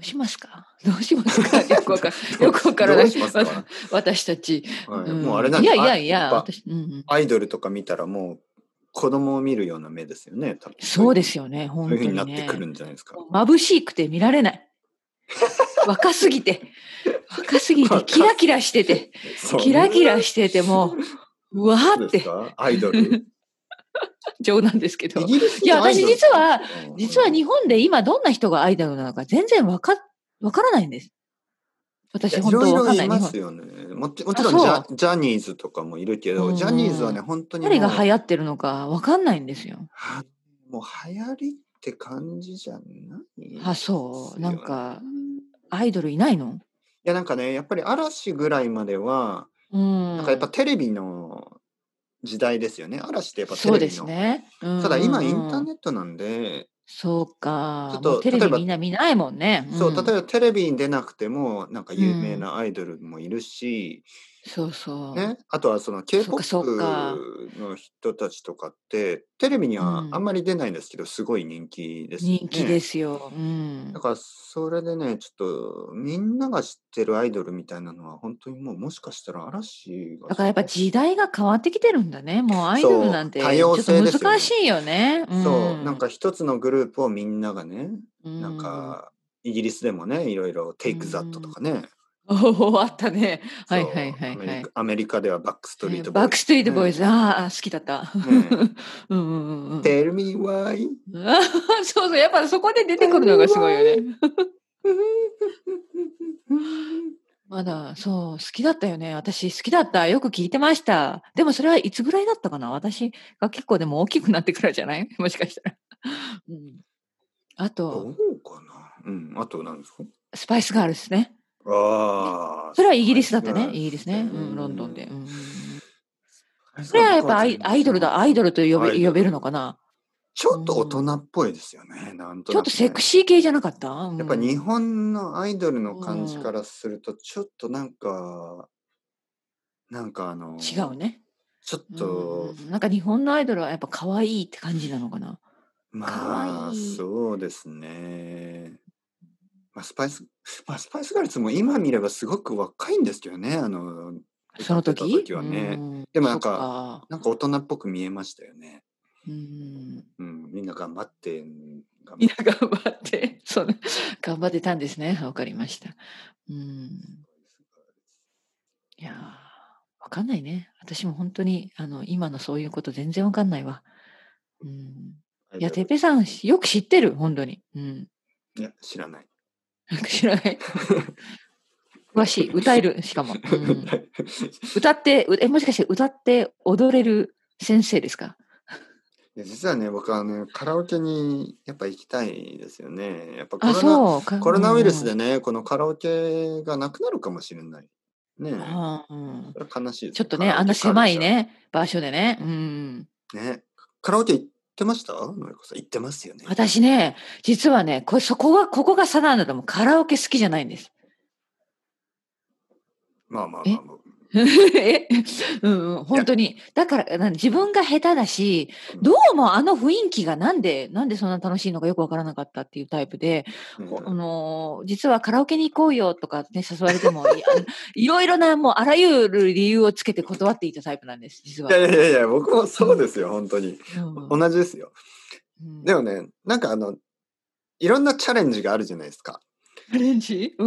しますかよくわからない。 どうしますか私たち。 はい、もうあれなんでいや、 私、アイドルとか見たらもう子供を見るような目ですよね。多分そうですよね、 そういう風に本当にね。 なってくるんじゃないですか。 眩しくて見られない。若すぎて、キラキラしてて、もう、うわーって。 アイドル冗談ですけど。 イギリスいや、私実は日本で今どんな人がアイドルなのか全然わからないんです。私本当わかんない。 いろいろいますよね。もちろんジャニーズとかもいるけど、ジャニーズはね、本当にもう。 誰が流行ってるのかわかんないんですよ。 もう流行りって感じじゃない。 そう。なんか、アイドルいないの？ いや、なんかね、やっぱり嵐ぐらいまでは、なんかやっぱテレビの時代ですよね。嵐ってやっぱテレビの。 そうですね。 ただ今インターネットなんで、 そうか。 ちょっとテレビみんな見ないもんね。 そう、例えばテレビに出なくても、なんか有名なアイドルもいるし、 そうそう。 ね、あとはその K-POP の人たちとかって、テレビにはあんまり出ないんですけど、すごい人気ですよね。 人気ですよ。 だからそれでね、ちょっとみんなが知ってるアイドルみたいなのは、本当にもしかしたら嵐が。 だからやっぱ時代が変わってきてるんだね。もうアイドルなんてちょっと難しいよね。 そう、なんか一つのグループをみんながね、なんかイギリスでもね、いろいろテイクザットとかね。 あったね。はい。 アメリカではバックストリートボーイズ。バックストリートボーイズ。好きだった。 Tell me why. そう、やっぱそこで出てくるのがすごいよね。まだ、そう、好きだったよね。私好きだった。よく聞いてました。でもそれはいつぐらいだったかな？私が結構でも大きくなってからじゃない？もしかしたら。あと。 どうかな。あと何ですか？ スパイスガールですね。それはイギリスだったね。イギリスね。ロンドンで。それはやっぱアイドルと呼べるのかな？ ちょっと大人っぽいですよね。なんとなくね。 ちょっとセクシー系じゃなかった？ やっぱ日本のアイドルの感じからすると、ちょっとなんか違うね。 ちょっと、 なんか日本のアイドルはやっぱ可愛いって感じなのかな。 まあそうですね。スパイスガールズも今見ればすごく若いんですけどね。 その時はね。でもなんか大人っぽく見えましたよね。みんな頑張って。 そう、頑張ってたんですね。わかりました。いやわかんないね。私も本当に今のそういうこと全然わかんないわ。いや、てっぺいさんよく知ってる、本当に。 いや、知らない。 知らない。詳しい。歌える、しかも。歌って、もしかして歌って踊れる先生ですか？ 実はね、僕はね、カラオケにやっぱ行きたいですよね。やっぱコロナウイルスでね、このカラオケがなくなるかもしれない。ね。それは悲しいです。 ちょっとね、あんな狭いね、場所でね。 ね。カラオケ行ってました？のりこさん行ってますよね。 私ね、実はね、ここが差なんだと思う。カラオケ好きじゃないんです。 まあ。 本当に。だから自分が下手だし、どうもあの雰囲気がなんでそんな楽しいのかよくわからなかったっていうタイプで、実はカラオケに行こうよとかね、誘われても、いろいろなもうあらゆる理由をつけて断っていたタイプなんです、実は。 いや、僕もそうですよ、本当に。同じですよ。でもね、なんかいろんなチャレンジがあるじゃないですか。 チャレンジ？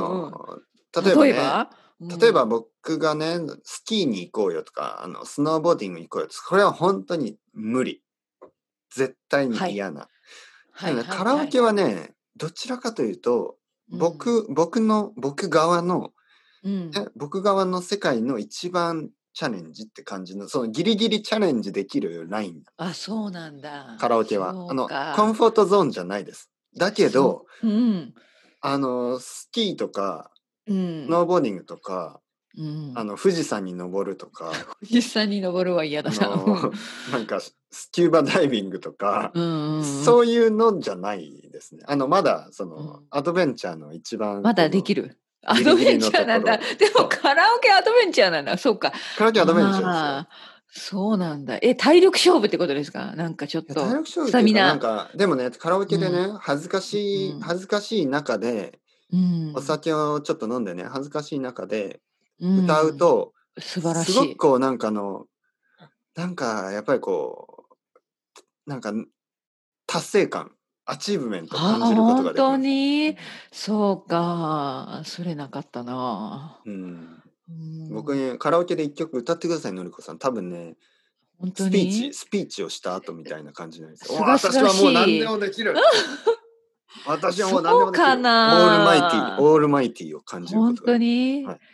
例えば僕がね、スキーに行こうよとか、スノーボーディングに行こうよとか、これは本当に無理。絶対に嫌な。カラオケはね、どちらかというと、僕側の世界の一番チャレンジって感じの、そのギリギリチャレンジできるライン。 そうなんだ。 カラオケは。コンフォートゾーンじゃないです。だけど、スキーとか、スノーボーディングとか、富士山に登るとか。 富士山に登るは嫌だな。 なんか、スキューバダイビングとか、そういうのじゃないですね。まだ、アドベンチャーの一番。 まだできる。アドベンチャーなんだ。でもカラオケアドベンチャーなんだ。そうか。 カラオケアドベンチャーですよ。そうなんだ。体力勝負ってことですか？なんかちょっと。 体力勝負っていうか、なんか、でもね、カラオケでね、恥ずかしい中で、 お酒をちょっと飲んでね、恥ずかしい中でうん歌うと、 素晴らしい。 すごくこうなんかやっぱりこう、なんか達成感、アチーブメントを感じることができます。 本当に、そうか、それなかったな。 僕にカラオケで一曲歌ってください、のりこさん。多分ね、 本当にスピーチをした後みたいな感じなんですよ。 すがすがしい。 私はもう何でもできる。私はもう何でもできる。 そうかな。 オールマイティを感じることが。 本当に、 はい、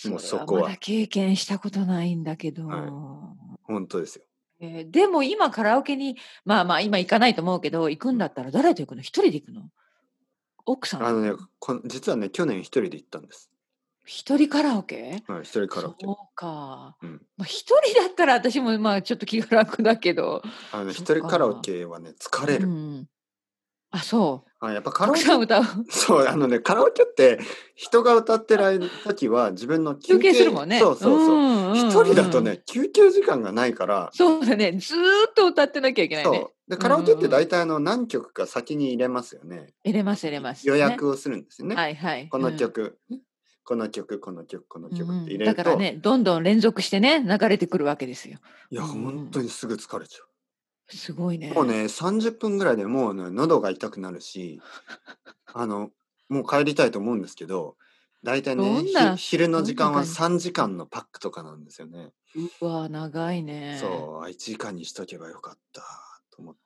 もうそれはまだ経験したことないんだけど。はい、 本当ですよ。 でも今カラオケに、まあ今行かないと思うけど、行くんだったら誰と行くの？一人で行くの？奥さん？ 実はね、去年一人で行ったんです。 一人カラオケ？ はい、一人カラオケ。 そうか。一人だったら私もちょっと気が楽だけど。 一人カラオケはね、疲れる。 あ、そう。 やっぱカラオケ歌う。 そう、カラオケって人が歌ってる時は自分の休憩するもんね。 そう。一人だとね、休憩時間がないから。 そうだね。ずーっと歌ってなきゃいけないね。 そう。で、カラオケって大体何曲か先に入れますよね。 入れます。 予約をするんですよね。 はい。 この曲、この曲って入れると。 だからね、どんどん連続してね、流れてくるわけですよ。 いや、本当にすぐ疲れちゃう。 すごいね。 もうね、30分ぐらいでもうね、喉が痛くなるし、もう帰りたいと思うんですけど、大体ね、昼の時間は3時間のパックとかなんですよね。 うわ、長いね。 そう、1時間にしとけばよかったと思って、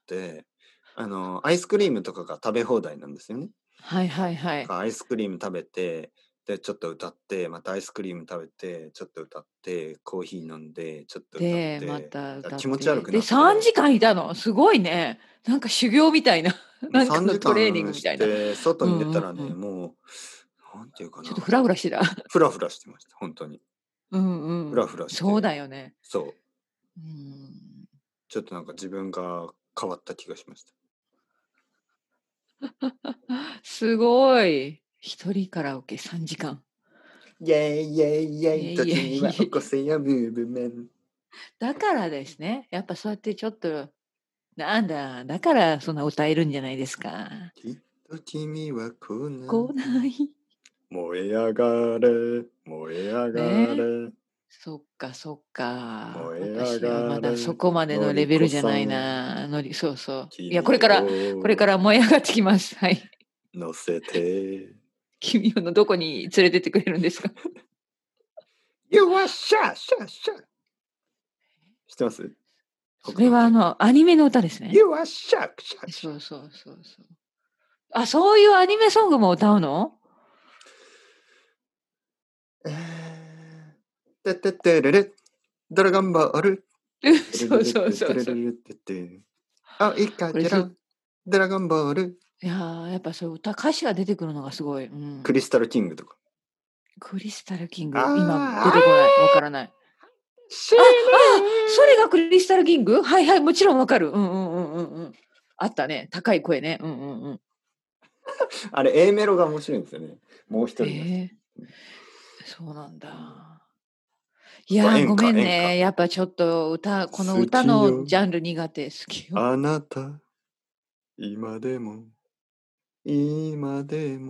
アイスクリームとかが食べ放題なんですよね。 はい。 アイスクリーム食べて、で、ちょっと歌って、またアイスクリーム食べて、ちょっと歌って、コーヒー飲んで、ちょっと歌って。 で、また歌って。 気持ち悪くなって。 で、3時間いたの。すごいね。なんか修行みたいな。なんかのトレーニングみたいな。 外に出たらね、もう、なんていうかな。 ちょっとフラフラしてた。 フラフラしてました、本当に。フラフラして。 そうだよね。 そう。ちょっとなんか自分が変わった気がしました。 すごい。一人カラオケ3時間。 イェイイェイイェイ、時には起こせやムーブメント。 だからですね。やっぱそうやってちょっと、だからそんな歌えるんじゃないですか。 きっと君は来ない。 燃え上がれ、燃え上がれ。 そっか。 燃え上がれ。 私はまだそこまでのレベルじゃないな。そう。いや、これから燃え上がってきます。はい。 乗せて。 君をどこに連れてってくれるんですか？ You are sha。知ってます？ それはアニメの歌ですね。 You are sha。 そう。あ、そういうアニメソングも歌うの？ てってってれれ、ドラゴンボール。 そう。 あ、いいかけろ、ドラゴンボール。 いややっぱそう歌詞が出てくるのがすごい。 クリスタルキングとか。 クリスタルキング、今出てこない。わからない。それがクリスタルキング？はい、もちろんわかる。あったね。高い声ね。 あれ、A メロが面白いんですよね。もう一人。 そうなんだ。いやごめんね。やっぱちょっとこの歌のジャンル苦手。好きよ。 あなた、今でも、今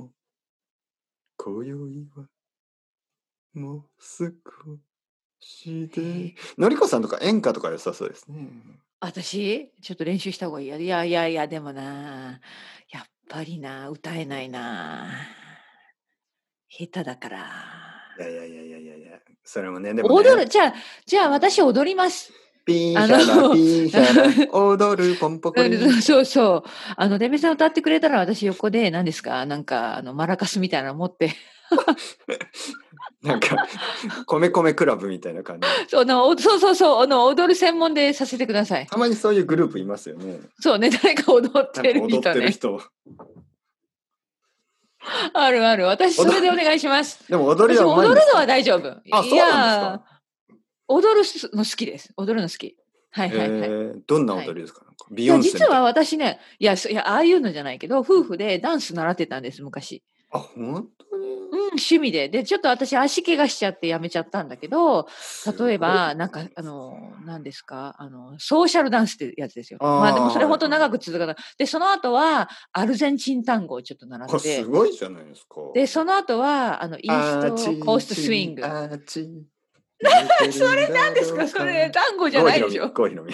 宵は、もう少しで。のりこさんとか演歌とか良さそうですね。 私ちょっと練習した方がいい。いや、でもな。やっぱりな、歌えないな。下手だから。 いや。それもね、でもね。 踊る。じゃあ私踊ります。 ピーシャラ、踊るポンポコリン。 そう。デメさん歌ってくれたら私横で何ですか？なんかマラカスみたいなの持って。 なんか米クラブみたいな感じ。 そう踊る専門でさせてください。 たまにそういうグループいますよね。 そうね、誰か踊ってる人ね。ある。私それでお願いします。 でも踊るのは大丈夫。 あ、そうなんですか。 踊るの好きです。踊るの好き。はい。 どんな踊りですか？ビヨンセ。 実は私ね、ああいうのじゃないけど、夫婦でダンス習ってたんです、昔。 あ、本当に？ 趣味で。で、ちょっと私足怪我しちゃってやめちゃったんだけど、例えば、なんか、何ですか、ソーシャルダンスってやつですよ。まあでもそれ本当長く続かない。で、その後は、アルゼンチン単語をちょっと習って。 すごいじゃないですか。 で、その後は、イーストコーストスイング。それなんですか？それ単語じゃないでしょ。 郷ひろみ。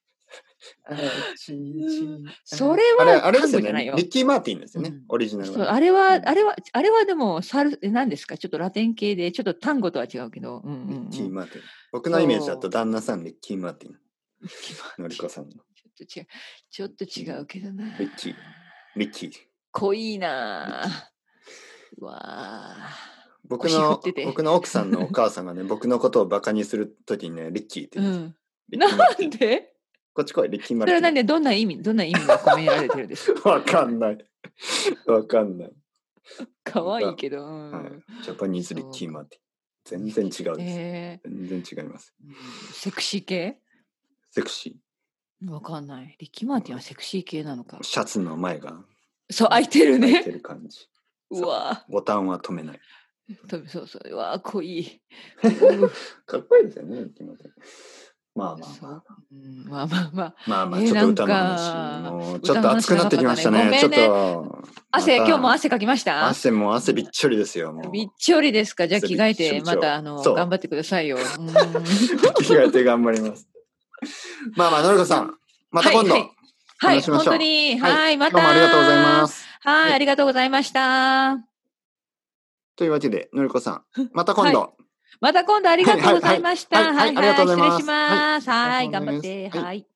それはあれですよね。リッキー・マーティンですよね。オリジナルは。 あれはでも、何ですか？ちょっとラテン系で、ちょっと単語とは違うけど。 リッキー・マーティン。僕のイメージだと旦那さん、リッキー・マーティン。のりこさんの。 ちょっと違うけどな。 リッキー。 濃いな。うわあ。 僕の奥さんのお母さんがね、僕のことをバカにするときにね、リッキーって言うんです。 なんで？ こっち来い、リッキーマルティン。 それはなんで、どんな意味が込められてるんですか？ わかんない。 かわいいけど。 ジャパニーズリッキーマーティン。全然違うです。全然違います。 セクシー系？ セクシー。わかんない。リッキーマーティンはセクシー系なのか。 シャツの前が。 そう、開いてるね。 開いてる感じ。 うわ。 ボタンは止めない。 そう。うわ、濃い。 かっこいいですよね、リッキーマーティン。まあ、ちょっと歌の話。もうちょっと熱くなってきましたね。ちょっと。 今日も汗かきました？ 汗びっちょりですよ。 びっちょりですか？じゃあ着替えて、また頑張ってくださいよ。 着替えて頑張ります。のりこさん、また今度。 はい、本当に。はい、また。 今日もありがとうございます。 はい、ありがとうございました。 というわけで、のりこさん、また今度。 また今度ありがとうございました。 はい、ありがとうございます。 失礼します。はい、頑張って。はい。